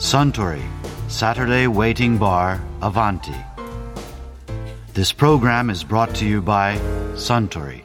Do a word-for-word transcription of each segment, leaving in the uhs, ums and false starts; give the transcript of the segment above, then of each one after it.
Suntory Saturday Waiting Bar Avanti. This program is brought to you by Suntory.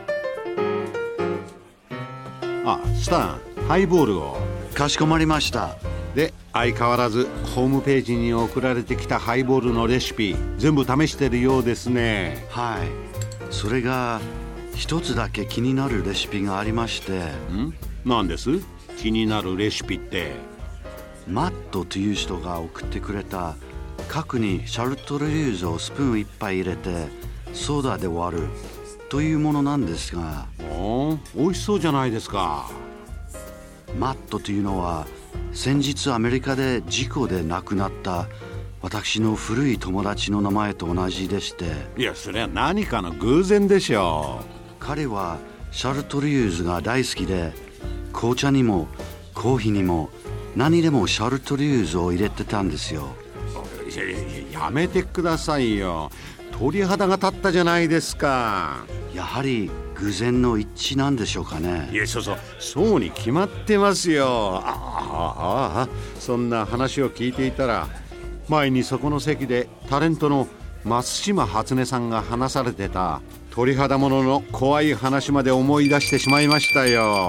あ、スタン、ハイボールを。 かしこまりました。 で、相変わらずホームページに送られてきたハイボールのレシピ全部試してるようですね。 はい、それが一つだけ気になるレシピがありまして。 ん？何です？気になるレシピって。 マットという人が送ってくれた角にシャルトレリューズをスプーンいっぱい入れてソーダで割るというものなんですが。 おー、美味しそうじゃないですか。 マットというのは先日アメリカで事故で亡くなった私の古い友達の名前と同じでして。 いや、それは何かの偶然でしょう。 彼はシャルトリューズが大好きで、紅茶にもコーヒーにも何でもシャルトリューズを入れてたんですよ。 いやいやいや、やめてくださいよ。鳥肌が立ったじゃないですか。 やはり偶然の一致なんでしょうかね。 いや、そうそう、そうに決まってますよ。ああああ、そんな話を聞いていたら、前にそこの席でタレントの松島初音さんが話されてた鳥肌ものの怖い話まで思い出してしまいましたよ。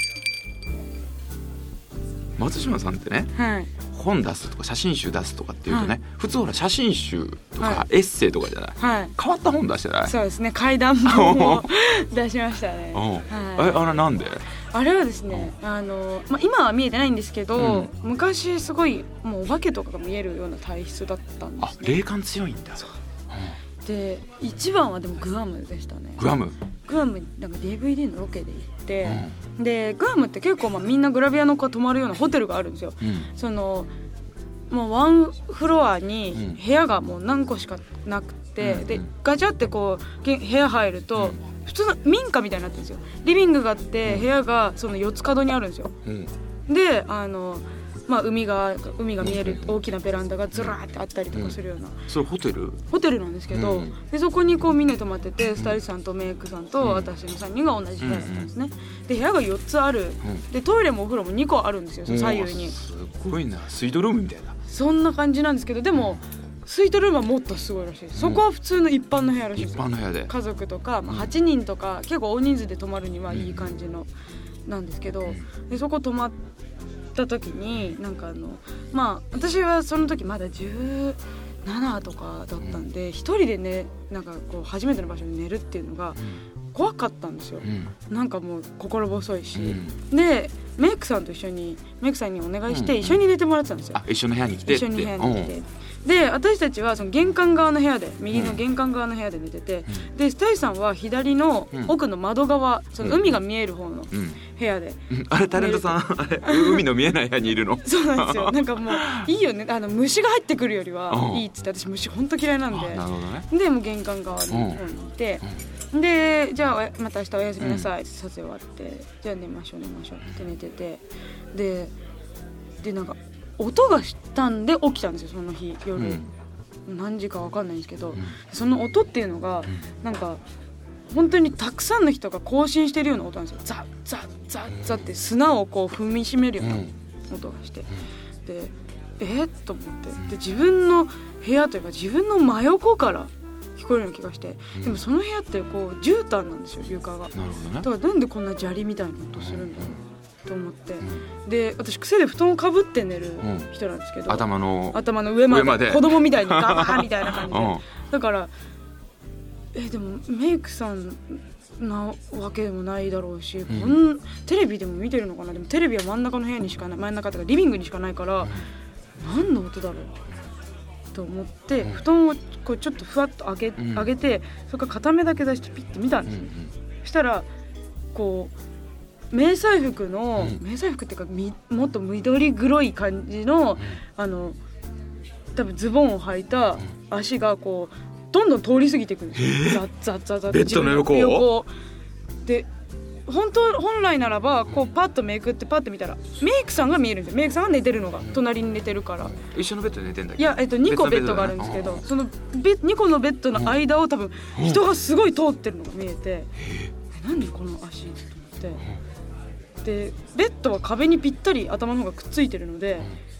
松島さんってね、 はい、 本出すとか写真集出すとかっていうとね、 はい、 普通ほら写真集とか、 はい、 エッセイとかじゃない、 はい、 変わった本出してない？ そうですね、怪談本を出しましたね。 はい、え、あれなんで？ あれはですね、あの、まあ、今は見えてないんですけど、うん、昔すごいもうお化けとかが見えるような体質だったんですね。 あ、霊感強いんだ。そう、 うん、で一番はでもグアムでしたね。 グアムグアムなんか ディーブイディー のロケで行って、うん、でグアムって結構まあみんなグラビアの子が泊まるようなホテルがあるんですよ、うん、そのもうワンフロアに部屋がもう何個しかなくて、うん、でガチャってこう部屋入ると、うん、普通の民家みたいになってるんですよ。リビングがあって部屋がそのよっつ角にあるんですよ、うん、であのまあ、海が海が見える大きなベランダがずらーってあったりとかするような、うん、 それホテルホテルなんですけど、うん、でそこにこうみんな泊まってて、スタイリストさんとメイクさんと私のさんにんが同じ部屋だったんですね、うん、で部屋がよっつある、うん、でトイレもお風呂もにこあるんですよ、その左右に。 すごいな、スイートルームみたいな、 そんな感じなんですけど、でもスイートルームはもっとすごいらしいです。そこは普通の一般の部屋らしいです。 一般の部屋で家族とか、まあ、はちにんとか、うん、結構大人数で泊まるにはいい感じの、うん、なんですけど、でそこ泊まった時になんかあのまあ私はその時まだじゅうななとかだったんで、一、うん、人でねなんかこう初めての場所で寝るっていうのが怖かったんですよ、うん、なんかもう心細いし、うん、でメイクさんと一緒にメイクさんにお願いして一緒に寝てもらってたんですよ、 うんうん、あ、一緒の部屋に来てって、 一緒に部屋に来て、で私たちはその玄関側の部屋で右の玄関側の部屋で寝てて、うん、でスタイさんは左の奥の窓側、うん、その海が見える方の部屋で、 うんうん、あれタレントさんあれ海の見えない部屋にいるの？ そうなんですよ。なんかもういいよね、あの虫が入ってくるよりはいいっつって、私虫本当嫌いなんで、 なるほどね、 でもう玄関側の方にいて、うん、でじゃあまた明日おやすみなさいって撮影終わって、うん、じゃあ寝ましょう寝ましょうって寝てて、ででなんか音がしたんで起きたんですよ、その日夜、うん、何時か分かんないんですけど、うん、その音っていうのが、うん、なんか本当にたくさんの人が行進してるような音なんですよ。ザッザッザッザッって砂をこう踏みしめるような音がして、うん、でえー、っと思って、で自分の部屋というか自分の真横から聞こえるような気がして、うん、でもその部屋ってこう絨毯なんですよ、床が。なるほどね。だからなんでこんな砂利みたいな音するんだろう、うん、と思って、うん、で私癖で布団をかぶって寝る人なんですけど、 うん、頭の頭の上ま で, 上まで子供みたいにガバーみたいな感じで、うん、だからえでもメイクさんなわけでもないだろうし、うん、こんテレビでも見てるのかな。でもテレビは真ん中の部屋にしかない、真ん中とかリビングにしかないから、うん、何の音だろうと思って、うん、布団をこうちょっとふわっと上げ、うん、上げて、それから片目だけ出してピッて見たんですよ、うんうん、そしたらこう迷彩服の、うん、迷彩服っていうかみもっと緑黒い感じの、うん、あの多分ズボンを履いた足がこうどんどん通り過ぎていくんですよ、えー、ザッザッザッザッベッドの横を横で、本当本来ならばこうパッとめくってパッと見たらメイクさんが見えるんですよ。メイクさんが寝てるのが隣に寝てるから。 一緒のベッドで寝てんだっけ？ いや、えっと、にこベッドがあるんですけど、そのにこのベッドの間を多分人がすごい通ってるのが見えて、えなんでこの足と思って、でベッドは壁にぴったり頭の方がくっついてるので、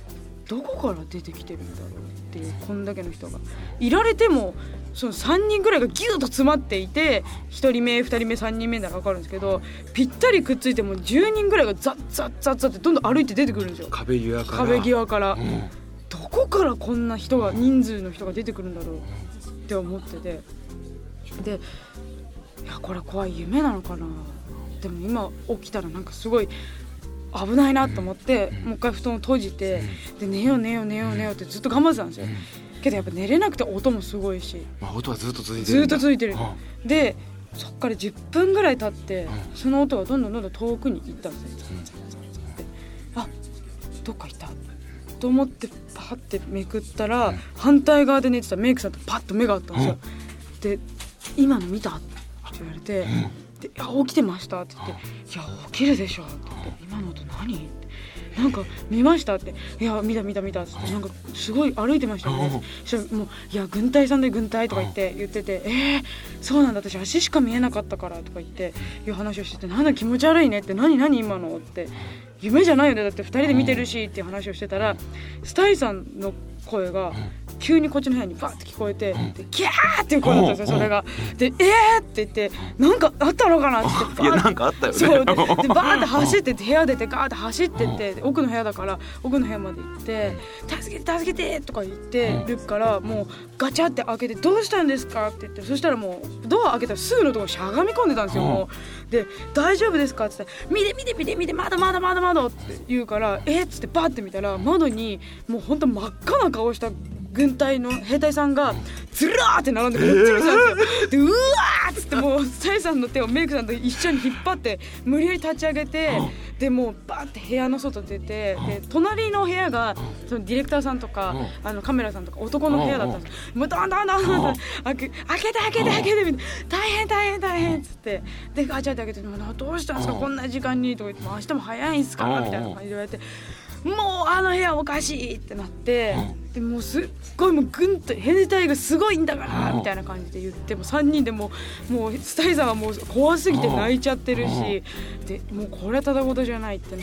どこから出てきてるんだろうっていう、こんだけの人がいられてもそのさんにんぐらいがギュッと詰まっていてひとりめふたりめさんにんめなら分かるんですけど、ぴったりくっついてもじゅうにんぐらいがザッザッザッザッってどんどん歩いて出てくるんですよ。 壁際から壁際から、 うん、 どこからこんな人が人数の人が出てくるんだろうって思ってて、でいやこれ怖い夢なのかな、でも今起きたらなんかすごい危ないなと思って、うん、もう一回布団を閉じて、うん、で寝よう寝よう寝よう寝ようってずっと頑張ってたんですよ、うん、けどやっぱ寝れなくて音もすごいし、 まあ、音はずっと続いてるんだ、 ずっと続いてる、 うん、 でそっからじゅっぷんぐらい経って、うん、その音がどんどんどんどん遠くに行ったんですよ、うん、あどっかいたと思ってパッてめくったら、うん、反対側で寝てたメイクさんとパッと目が合ったんですよ、うん、で今の見たって言われて、うんでいや起きてましたって言って、いや起きるでしょって言って、今の音何ってなんか見ましたって、いや見た見た見たってなんかすごい歩いてましたよね。そしたらもういや軍隊さんで軍隊とか言って言ってて、えー、そうなんだ私足しか見えなかったからとか言っていう話をしてて、なんだ気持ち悪いねって何何今のって夢じゃないよねだってふたりで見てるしっていう話をしてたら、スタイさんの声が急にこっちの部屋にバーって聞こえて、でキャーっていう声だったんですよそれが。でえーって言ってなんかあったのかなって言って、 いやなんかあったよね。 そうででバーって走ってって部屋出てガーって走ってって奥の部屋だから奥の部屋まで行って助けて助けてとか言ってるからもうガチャって開けてどうしたんですかって言って、そしたらもうドア開けたらすぐのところしゃがみ込んでたんですよもう。で大丈夫ですかって言ったら見て見て見て見てまだまだまだまだって言うからえっつってバーって見たら窓にもうほんと真っ赤な顔した軍隊の兵隊さんがずらーって並んでこっち見てたんですよ。でうわーっつってもうサイさんの手をメイクさんと一緒に引っ張って無理やり立ち上げて、でもうバーって部屋の外出て、で隣の部屋がそのディレクターさんとかあのカメラさんとか男の部屋だったんです。もうどんどんどんどん開け開けて開けて開けてみたいな、大変大変大変っつってでガチャって開けてどうしたんですかこんな時間にとか言って明日も早いんすかみたいな感じで言われて、もうあの部屋おかしいってなって、でもうすっごいもうぐんと兵隊がすごいんだからみたいな感じで言って、もうさんにんでもうもうスタイさんはもう怖すぎて泣いちゃってるし、でもうこれはただごとじゃないってなって、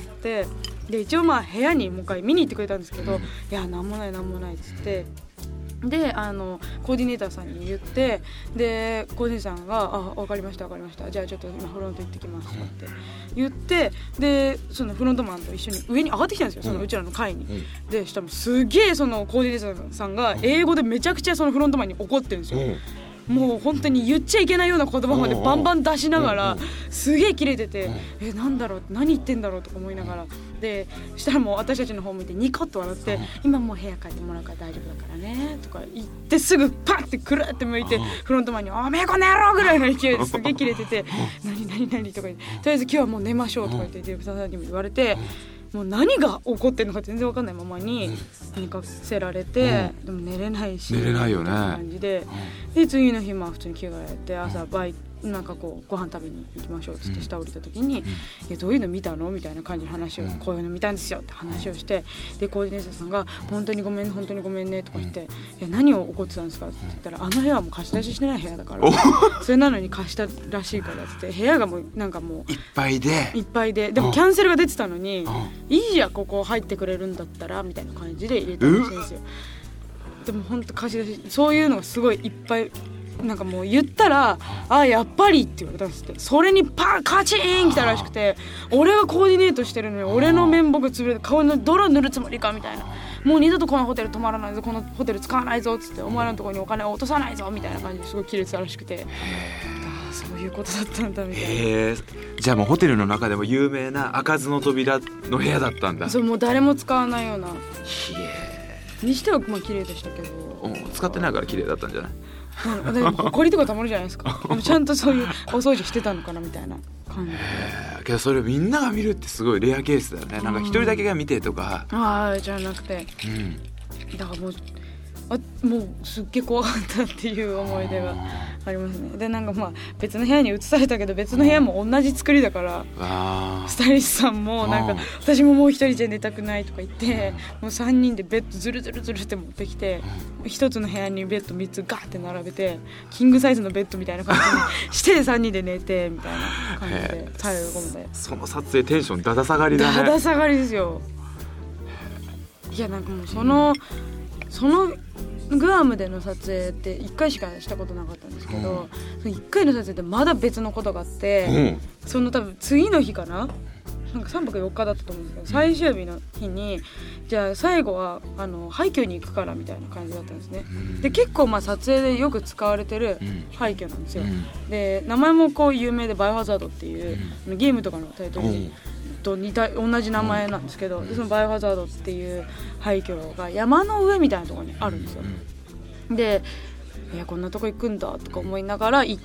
で一応まあ部屋にもう一回見に行ってくれたんですけど、いやなんもないなんもないっつって。であのコーディネーターさんに言って、でコーディネーターさんがあ分かりました分かりましたじゃあちょっと今フロント行ってきますって言って、でそのフロントマンと一緒に上に上がってきたんですよそのうちらの階に。でしたらすげえそのコーディネーターさんが英語でめちゃくちゃそのフロントマンに怒ってるんですよ。もう本当に言っちゃいけないような言葉までバンバン出しながらすげえキレてて、えなんだろう何言ってんだろうとか思いながら、でしたらもう私たちの方向いてニコッと笑って、今もう部屋帰ってもらうから大丈夫だからねとか言ってすぐパッてくるって向いてフロントマンにおめえこの野郎ぐらいの勢いですげえキレてて何何何とか言って、とりあえず今日はもう寝ましょうとか言ってディレクターさんにも言われて、もう何が起こってるのか全然分かんないままに寝かせられて、でも寝れないし寝れないよね感じで、で次の日まあ普通に着替えて朝バイなんかこうご飯食べに行きましょうっつって下降りた時に、いやどういうの見たのみたいな感じの話を、こういうの見たんですよって話をして、でコーディネーターさんが本当にごめん本当にごめんねとか言って、いや何を怒ってたんですかって言ったら、あの部屋はもう貸し出ししてない部屋だからそれなのに貸したらしいからっつって、部屋がもうなんかもういっぱいでいっぱいででもキャンセルが出てたのに、いいやここ入ってくれるんだったらみたいな感じで入れたらしいんですよ。でも本当貸し出しそういうのがすごいいっぱいなんかもう言ったらあやっぱりって言われたんですって。それにパンカチーン来たらしくて、俺がコーディネートしてるのに俺の面目潰れて顔の泥塗るつもりかみたいな、もう二度とこのホテル泊まらないぞこのホテル使わないぞっつってお前らのところにお金を落とさないぞみたいな感じですごいキレてたらしくて、あそういうことだったんだみたいな。 へじゃあもうホテルの中でも有名な開かずの扉の部屋だったんだ。 そうもう誰も使わないようなへにしてはまあ綺麗でしたけど、 使ってないから綺麗だったんじゃない？ うん、でも埃とかたまるじゃないですか。でもちゃんとそういうお掃除してたのかなみたいな感じで。 けどそれみんなが見るってすごいレアケースだよね。なんか一人だけが見てとか、 うん、ああじゃなくて、うん、だからもうあもうすっげえ怖かったっていう思い出がありますね。でなんかまあ別の部屋に移されたけど別の部屋も同じ作りだから、スタイリストさんもなんか私ももう一人じゃ寝たくないとか言ってもうさんにんでベッドズルズルズルって持ってきて一つの部屋にベッドみっつガーって並べてキングサイズのベッドみたいな感じにしてさんにんで寝てみたいな感じで最後まで。 その撮影テンションだだ下がりだね。 だだ下がりですよ。 いやなんかもうその、うん、そのグアムでの撮影っていっかいしかしたことなかったんですけど、うん、そのいっかいの撮影ってまだ別のことがあって、うん、その多分次の日かななんかさんぱくよっかだったと思うんですけど、最終日の日にじゃあ最後はあの廃墟に行くからみたいな感じだったんですね。で結構まあ撮影でよく使われてる廃墟なんですよ。で名前もこう有名でバイオハザードっていうゲームとかのタイトルと似た同じ名前なんですけど、でそのバイオハザードっていう廃墟が山の上みたいなところにあるんですよ。でいやこんなとこ行くんだとか思いながら行って、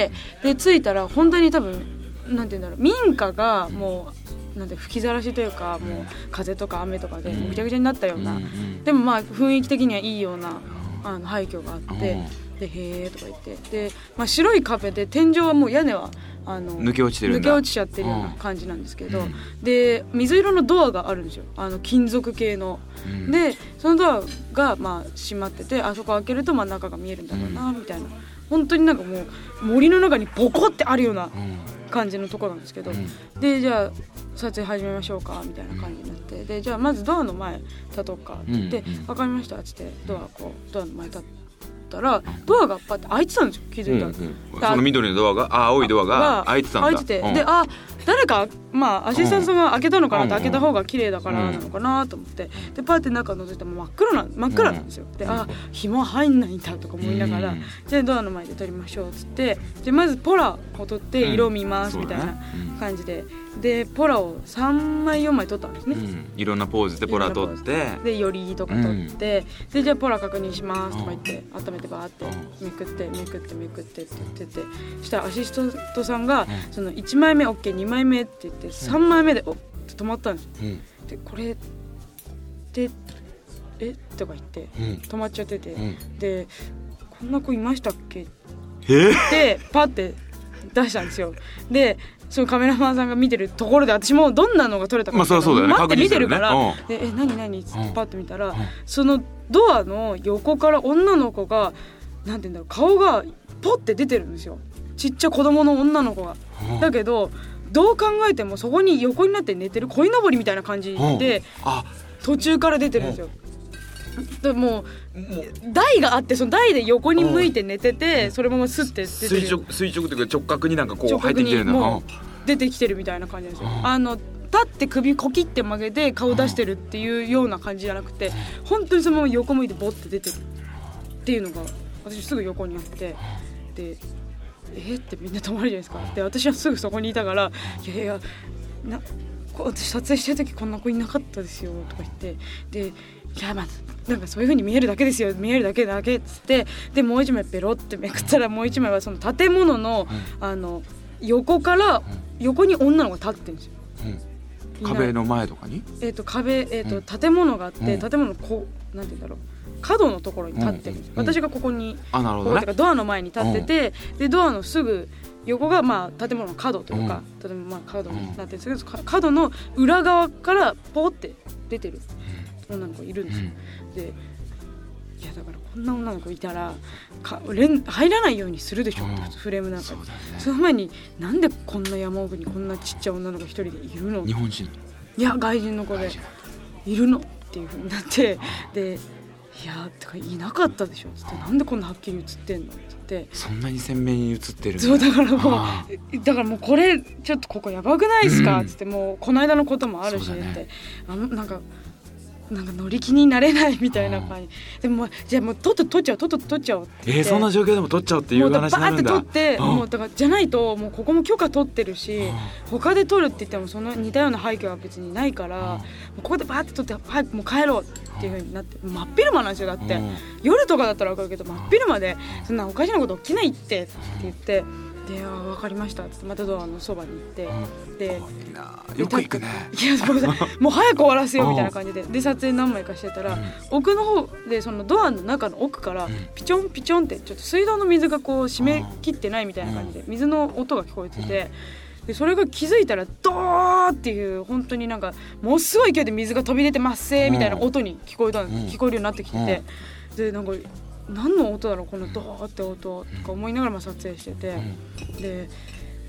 で着いたら本当に多分なんて言うんだろう、民家がもうなんで吹きざらしというか、もう風とか雨とかでぐちゃぐちゃになったような、でもまあ雰囲気的にはいいようなあの廃墟があって、でへーとか言ってで、まあ、白い壁で天井はもう屋根はあの抜け落ちてるんだ抜け落ちちゃってるような感じなんですけど、うん、で水色のドアがあるんですよ、あの金属系の、うん、でそのドアがまあ閉まってて、あそこ開けるとまあ中が見えるんだろうなみたいな、本当になんかもう森の中にボコってあるような感じのところなんですけど、うん、でじゃあ撮影始めましょうかみたいな感じになって、でじゃあまずドアの前立とうかって言って、うんうん、分かりましたっつってドアこうドアの前立ったらドアがパッて開いてたんですよ、気づいたら、うんうん、 その緑のドアがあ青いドアが開いてたんだ、 開いてて、うん、であ誰かまあアシスタントさんが開けたのかなって、開けた方が綺麗だからなのかなと思って、でパーって中覗いても真っ黒な真っ暗なんですよ。であ紐入んないんだとか思いながら、じゃあドアの前で撮りましょうっつって、でまずポラを撮って色を見ますみたいな感じで、でポラをさんまいよんまい撮ったんですね、うん、 いろんなポーズでポラ撮ってでよりとか撮って、うん、でじゃあポラ確認しますとか言って温めてバーってめくってめくってめくってって言ってて、そしたらアシスタントさんがそのいちまいめ OK にまいめって言ってさんまいめでおって止まったんですよ、うん、でこれでえとか言って止まっちゃってて、うん、でこんな子いましたっけってパッて出したんですよ。でそのカメラマンさんが見てるところで私もどんなのが撮れたか、 まあ、そうそうだよね、 待って見てるから、 ね、 うん、でえ何何ってパッと見たら、うん、そのドアの横から女の子がなんていうんだろう、顔がポッて出てるんですよ、ちっちゃい子供の女の子が、うん、だけどどう考えてもそこに横になって寝てる鯉のぼりみたいな感じで、うん、あ途中から出てるんですよ、うん、でもう台があって、その台で横に向いて寝てて、それもスッて出てる、 垂直垂直というか直角になんかこう入ってきてるの、 もう出てきてるみたいな感じなんですよ、うん、あの立って首コキって曲げて顔出してるっていうような感じじゃなくて、本当にそのまま横向いてボッて出てるっていうのが私すぐ横にあって、でえー、ってみんな止まるじゃないですか。で私はすぐそこにいたから、いやいやな私撮影してる時こんな子いなかったですよとか言って、でいやまあなんかそういう風に見えるだけですよ、見えるだけだけっつって、でもう一枚ペロってめくったら、もう一枚はその建物の、うん、あの横から横に女の子が立ってるんですよ、 うん、壁の前とかに、 えー、と壁、えーと、建物があって、うん、建物のこうなんて言うんだろう、角のところに立ってるんです、うん、私がここに、 あ、なるほどね、 ここドアの前に立ってて、うん、でドアのすぐ横がまあ建物の角というか、うん、建物まあ角になってるんですけど、角の裏側からポーって出てる女の子いるんですよ、うん、でいやだからこんな女の子いたらか入らないようにするでしょ、うん、フレームなんかに、 そ,、ね、その前になんでこんな山奥にこんなちっちゃい女の子一人でいるの、 日本人、 いや外人の子でいるのっていう風になって、でいやてかいなかったでしょつって、なんでこんなはっきり映ってんのって言って、 そんなに鮮明に映ってるんだ、 そうだからもうだからもうこれちょっとここやばくないですか、うん、つって、もうこの間のこともあるしって、ね、あのなんかなんか乗り気になれないみたいな感じ、でもじゃあもうとっとと撮っちゃおうとっとと撮っちゃおうって、 えー、そんな状況でも撮っちゃおうっていう話になるんだ、 もうバーって撮って、うん、もうだからじゃないともうここも許可取ってるし、うん、他で撮るって言ってもその似たような廃墟は別にないから、うん、ここでバーって撮って早くもう帰ろうっていう風になって、真っ昼間なんですよ、だって、うん、夜とかだったら分かるけど真っ昼間でそんなおかしなこと起きないってって言って、であ分かりましたってまたドアのそばに行って、うん、でよく行くね、 いやもうもう早く終わらせようみたいな感じで、で撮影何枚かしてたら、うん、奥の方でそのドアの中の奥からピチョンピチョンってちょっと水道の水がこう締め切ってないみたいな感じで水の音が聞こえてて、でそれが気づいたらドーっていう本当になんかものすごい勢いで水が飛び出てますせーみたいな音に聞こえた、うん、聞こえるようになってきて、うん、でなんか何の音だろうこのドーって音とか思いながらも撮影してて、で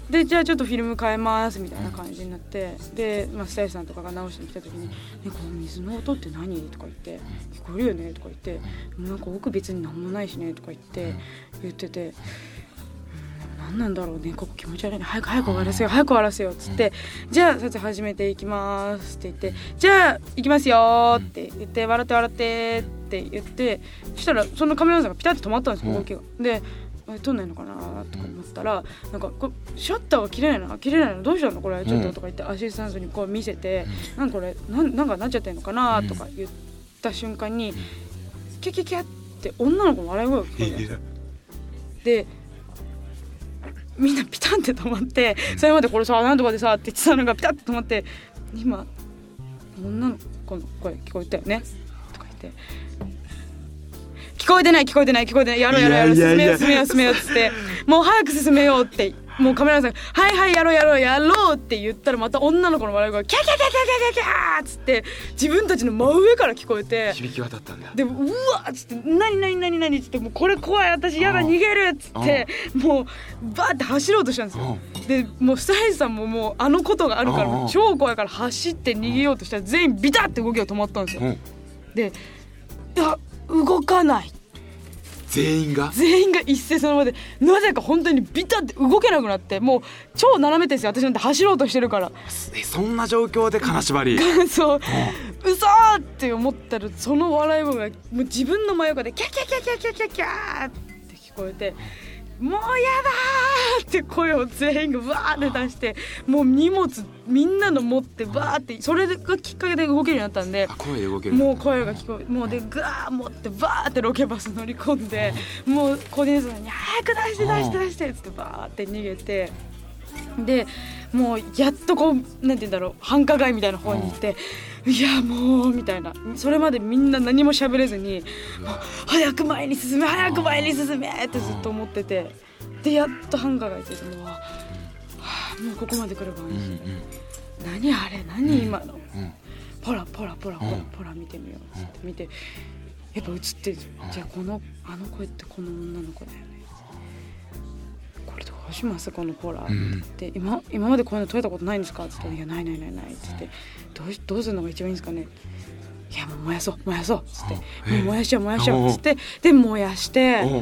でじゃあちょっとフィルム変えますみたいな感じになって、で、まあ、スタイルさんとかが直しに来た時に、ね、この水の音って何とか言って、聞こえるよねとか言って、なんか奥別に何もないしねとか言って言ってて、何なんだろうね、ここ気持ち悪いね、早く早く終わらせよう早く終わらせようっつって、じゃあ撮影始めていきますって言って、じゃあ行きますよって言って、笑って笑ってって言って、そしたらそのカメラマンさんがピタッと止まったんですよ、動きが。で撮んないのかなとか思ったら、なんかこシャッターが切れないの切れないのどうしたのこれちょっととか言って、アシスタントにこう見せて、なんかこれなんなんかなっちゃってんのかなとか言った瞬間に、キャキャキャって女の子の笑い声が聞こえる。でみんなピタンって止まって、それまでこれさなんとかでさって言ってたのがピタッと止まって、今女の子の声聞こえたよねとか言って、聞こえてない聞こえてない聞こえてない、やろうやろうやろう、進めよう進めよう進めようっつって、もう早く進めようって、もうカメラマンさんがはいはいやろうやろうやろうって言ったら、また女の子の笑い声がキャキャキャキャキャキャキャーっつって、自分たちの真上から聞こえて、 響き渡ったんだ。 でうわっつって、何何何何っつって、もうこれ怖い私やだ逃げるっつって、もうバーって走ろうとしたんですよ。でもうスタイルさんももうあのことがあるからもう超怖いから走って逃げようとしたら、全員ビタッて動きが止まったんですよ。でいや動かない、 全員が全員が一斉その場で、なぜか本当にビタって動けなくなって、もう超斜めてんですよ、私なんて走ろうとしてるから。 えそんな状況で金縛りそう、嘘ーって思ったら、その笑い声がもう自分の真横でキャキャキャキャキャキャキャーって聞こえて、もうやだーって声を全員がバーって出して、もう荷物みんなの持ってバーって、それがきっかけで動けるようになったんで、 声で動ける、 もう声が聞こえ、もうでガー持ってバーってロケバス乗り込んで、もうコーディネーターに早く出して出して出してっつってバーって逃げて、でもうやっとこうなんて言うんだろう、繁華街みたいな方に行って、いやもうみたいな、それまでみんな何も喋れずに、もう早く前に進め早く前に進めってずっと思ってて、でやっと繁華街行って、もう、はあ、もうここまで来れば安心、うんうん、何あれ何今の、うんうん、ポラポラポラポラポラ見てみようって見て、やっぱ映ってる、じゃあこのあの声ってこの女の子だよね、これどうしますこのポラって、うん、今, 今までこういうの撮れたことないんですかって言って、いやないないないないって言って、どう, どうするのが一番いいんですかね、いやもう燃やそう燃やそうっつって、もう燃やしちゃう燃やしちゃうっつって、で燃やして、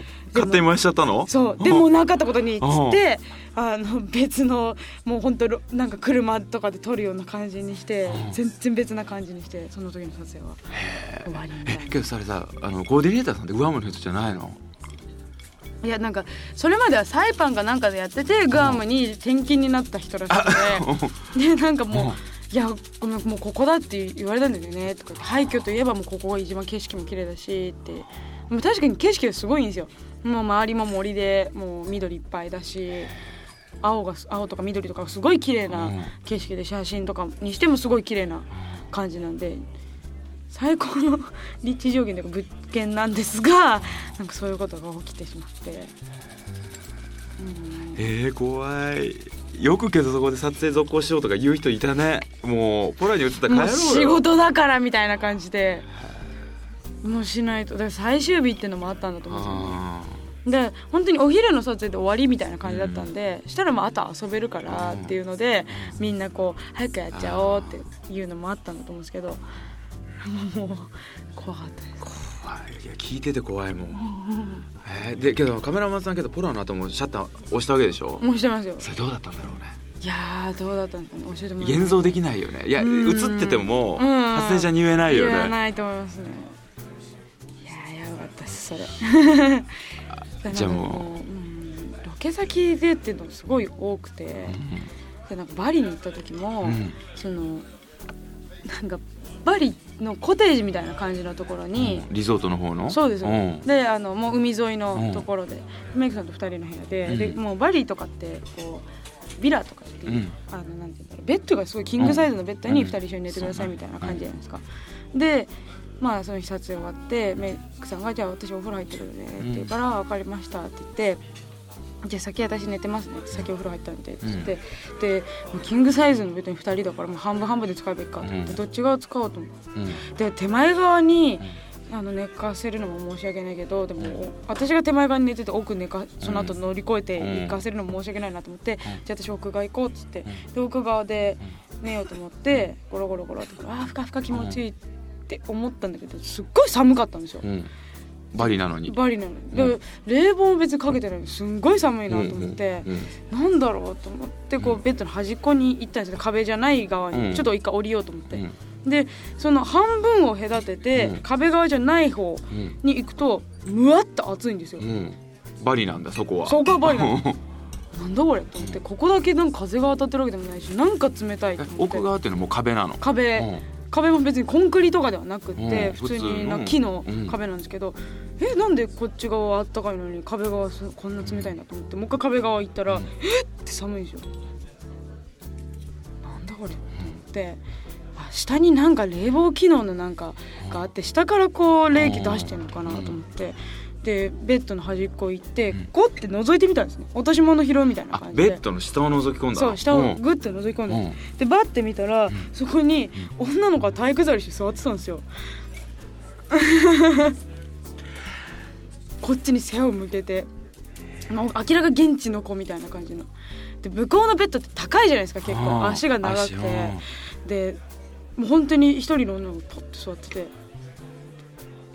勝手に燃やしちゃったの？ そうでもなかったことにっつって、あの別のもう本当なんか車とかで撮るような感じにして、全然別な感じにして、その時の撮影は終わりみたいな。 えけどそれさ、あのコーディネーターさんってグアムの人じゃないの？ いやなんかそれまではサイパンかなんかでやってて、グアムに転勤になった人らしくて、でなんかもういやごめんもうここだって言われたんだよねとか、廃墟といえばもうここが一番景色も綺麗だしって、もう確かに景色がすごいんですよ。もう周りも森でもう緑いっぱいだし、青が青とか緑とかすごい綺麗な景色で、写真とかにしてもすごい綺麗な感じなんで、最高の立地条件というか物件なんですが、なんかそういうことが起きてしまって、うん、 えー、怖い。よくけどそこで撮影続行しようとか言う人いたね。もうポラに映ったら帰ろうよ、もう仕事だからみたいな感じで、もうしないと。だから最終日っていうのもあったんだと思うんですよね。で本当にお昼の撮影で終わりみたいな感じだったんで、うん、したらもうあと遊べるからっていうので、うん、みんなこう早くやっちゃおうっていうのもあったんだと思うんですけど、もう怖かったです。 怖い。いや聞いてて怖いもん、うん、えー、でけどカメラマンさんけどポラの後もシャッター押したわけでしょ？ 押してますよ。 それどうだったんだろうね。 いやどうだったんですかね、教えてもらって。 現像できないよね。いや映ってても発電者に言えないよね。 言えないと思いますね。いややばかったっすそれじゃあもう、 うん、ロケ先でっていうのがすごい多くて、うん、でなんかバリに行った時も、うん、そのなんかバリのコテージみたいな感じのところに、 うん、リゾートの方のそうです、ね、うん、であのもう海沿いのところで、うん、メイクさんとふたりの部屋で、うん、でもうバリとかってこうビラとかっていう、うん、あのなんていうんだろう、ベッドがすごいキングサイズのベッドにふたり一緒に寝てくださいみたいな感じじゃないですか、うん、でまあその日撮影終わってメイクさんがじゃあ私お風呂入ってるのでって言うから、分かりましたって言って、じゃあ先私寝てますねって、先お風呂入ったんでって言って、うん、でもうキングサイズのベッドにふたりだからもう半分半分で使えばいいかと思って、うん、どっち側を使おうと思って、うん、で手前側にあの寝かせるのも申し訳ないけどでも私が手前側に寝てて奥寝かその後乗り越えて行かせるのも申し訳ないなと思って、うん、じゃあ私奥側行こうっつって、うん、で奥側で寝ようと思ってゴロゴロゴロってあーふかふか気持ちいいって思ったんだけどすっごい寒かったんですよ、うん、 バリなのにバリなのに、うん、で冷房も別にかけてないのにすんごい寒いなと思って、うんうんうん、なんだろうと思ってこうベッドの端っこに行ったんですよ壁じゃない側に、うん、ちょっと一回降りようと思って、うんでその半分を隔てて、うん、壁側じゃない方に行くと、うん、むわっと暑いんですよ、うん、 バリなんだそこはそこはバリなんだなんだこれと思ってここだけなんか風が当たってるわけでもないしなんか冷たいと思って奥側っていうのはもう壁なの壁、うん、壁も別にコンクリとかではなくって、うん、普通にな木の壁なんですけど、うん、えなんでこっち側はあったかいのに壁側はこんな冷たいんだと思ってもう一回壁側行ったら、うん、えって寒いんですよなんだこれと思って下になんか冷房機能のなんかがあって下からこう冷気出してるのかなと思ってでベッドの端っこ行ってゴッて覗いてみたんですね落とし物拾うみたいな感じでベッドの下を覗き込んだそう下をグッて覗き込んで、うん、でバッて見たら、うん、そこに女の子が体育座りして座ってたんですよこっちに背を向けて明らか現地の子みたいな感じので向こうのベッドって高いじゃないですか結構足が長くてでもう本当に一人の女の子がポッと座っててえ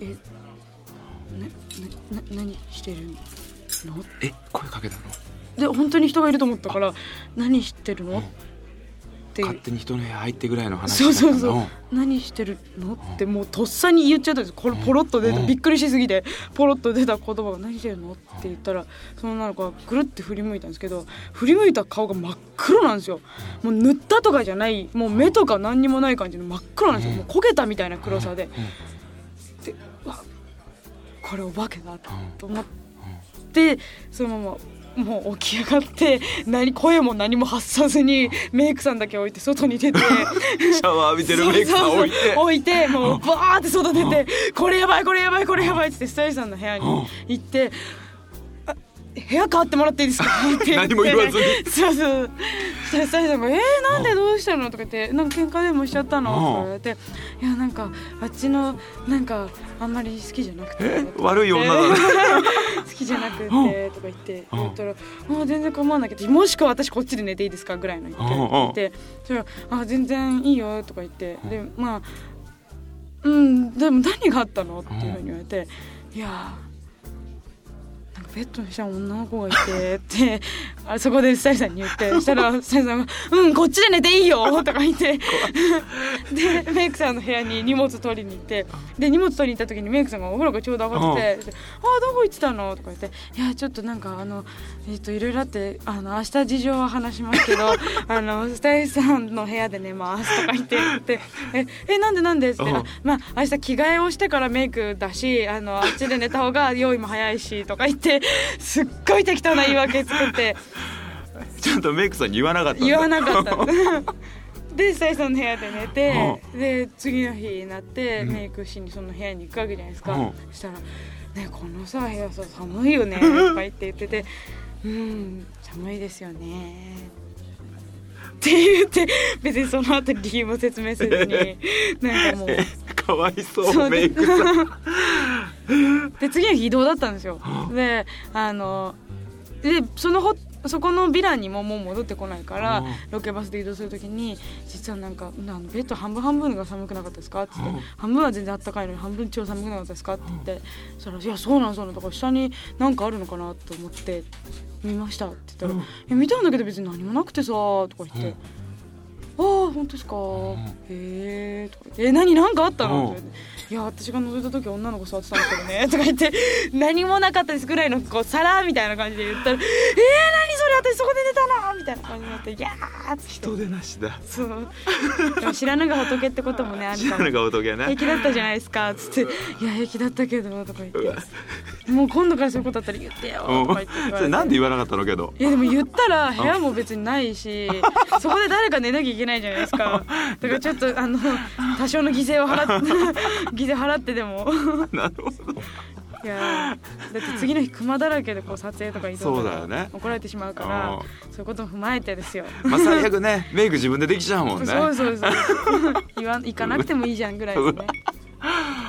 ななな何してるのえ声かけたので本当に人がいると思ったから何してるの、うん、って勝手に人の部屋入ってぐらいの話だったのそうそうそう何してるのってもうとっさに言っちゃったんですこれポロッと出た、うん、びっくりしすぎてポロッと出た言葉が何してるのって言ったらその女の子がぐるって振り向いたんですけど振り向いた顔が真っ黒なんですよもう塗ったとかじゃないもう目とか何にもない感じの真っ黒なんですよもう焦げたみたいな黒さででわこれお化けだと思ってそのままもう起き上がって何声も何も発さずにメイクさんだけ置いて外に出てシャワー浴びてるメイクさん置いてそうそうそう置いてもうバーって外出てこれやばいこれやばいこれやばいってスタイルさんの部屋に行って部屋変わってもらっていいですかって何も言わずにそうそうスタイルさんがえーなんでどうしたのとか言ってなんか喧嘩でもしちゃったのとか言われていやなんかあっちのなんかあんまり好きじゃなくて悪い女だね好きじゃなくてとか言って言ったらあ全然構わないけどもしくは私こっちで寝ていいですかぐらいの言ってそれはあ全然いいよとか言ってでまあうんでも何があったのっていうふうに言われていやベッドの下に女の子がいてってあそこでスタイルさんに言ってしたらスタイルさんがうんこっちで寝ていいよとか言ってでメイクさんの部屋に荷物取りに行ってで荷物取りに行った時にメイクさんがお風呂がちょうど上がっててあどこ行ってたのとか言っていやちょっとなんかあのえっといろいろあってあの明日事情は話しますけどあのスタイルさんの部屋で寝ますとか言って言ってええなんでなんでって言ってまあ明日着替えをしてからメイクだしあのあっちで寝た方が用意も早いしとか言ってすっごい適当な言い訳作ってちゃんとメイクさんに言わなかったんだ言わなかったでスタイさんの部屋で寝て、うん、で次の日になって、うん、メイクしにその部屋に行くわけじゃないですか、うん、そしたらねこのさ部屋さ寒いよねとか言って言っててうん寒いですよねって言って別にその後理由も説明せずになんかもうかわいそうメイクさんで次の日移動だったんですよであのでそのホそこのヴィラにももう戻ってこないからロケバスで移動するときに実はなんかあのベッド半分半分が寒くなかったですかって言って半分は全然あったかいのに半分超寒くなかったですかって言ってそしたらいやそうなんそうなんだから下になんかあるのかなと思って見ましたって言ったら、うん、いや見たんだけど別に何もなくてさとか言って、うん、ああ本当ですか、うん、へえとか言ってえ何なんかあったの、うん、って言っていや私が覗いた時女の子座ってたんですけどねとか言って何もなかったですぐらいのこう皿みたいな感じで言ったらえー何それ私そこで寝たのみたいな感じになっていやーっつって人でなしだそうでも知らぬが仏ってこともねあるから知らぬが仏ね平気だったじゃないですかつっていや平気だったけどとか言ってもう今度からそういうことだったら言ってよとか言って言われてそれなんで言わなかったのけどいやでも言ったら部屋も別にないしそこで誰か寝なきゃいけないじゃないですかだからちょっとあの多少の犠牲を払って犠牲払ってでもなるほどいやだって次の日クマだらけでこう撮影とか移動とか怒られてしまうからそういうことも踏まえてですよまあ最悪ねメイク自分でできちゃうもんねそうそうそう言わ行かなくてもいいじゃんぐらいですねう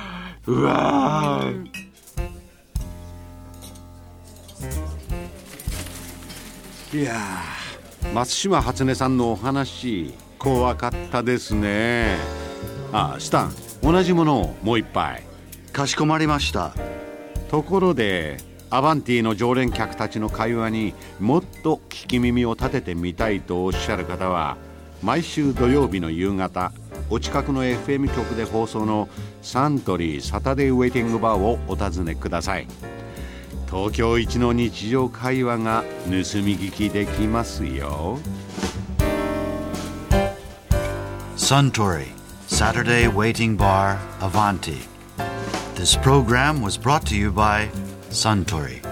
うわー、 うん、いやー、松島初音さんのお話怖かったですね。あ、スタン、同じものをもう一杯。 かしこまりました。 ところでアバンティの常連客たちの会話にもっと聞き耳を立ててみたいとおっしゃる方は、毎週土曜日の夕方お近くの エフエム 局で放送のサントリーサタデーウェイティングバーをお尋ねください。東京一の日常会話が盗み聞きできますよ。 Suntory Saturday Waiting Bar Avanti. This program was brought to you by Suntory.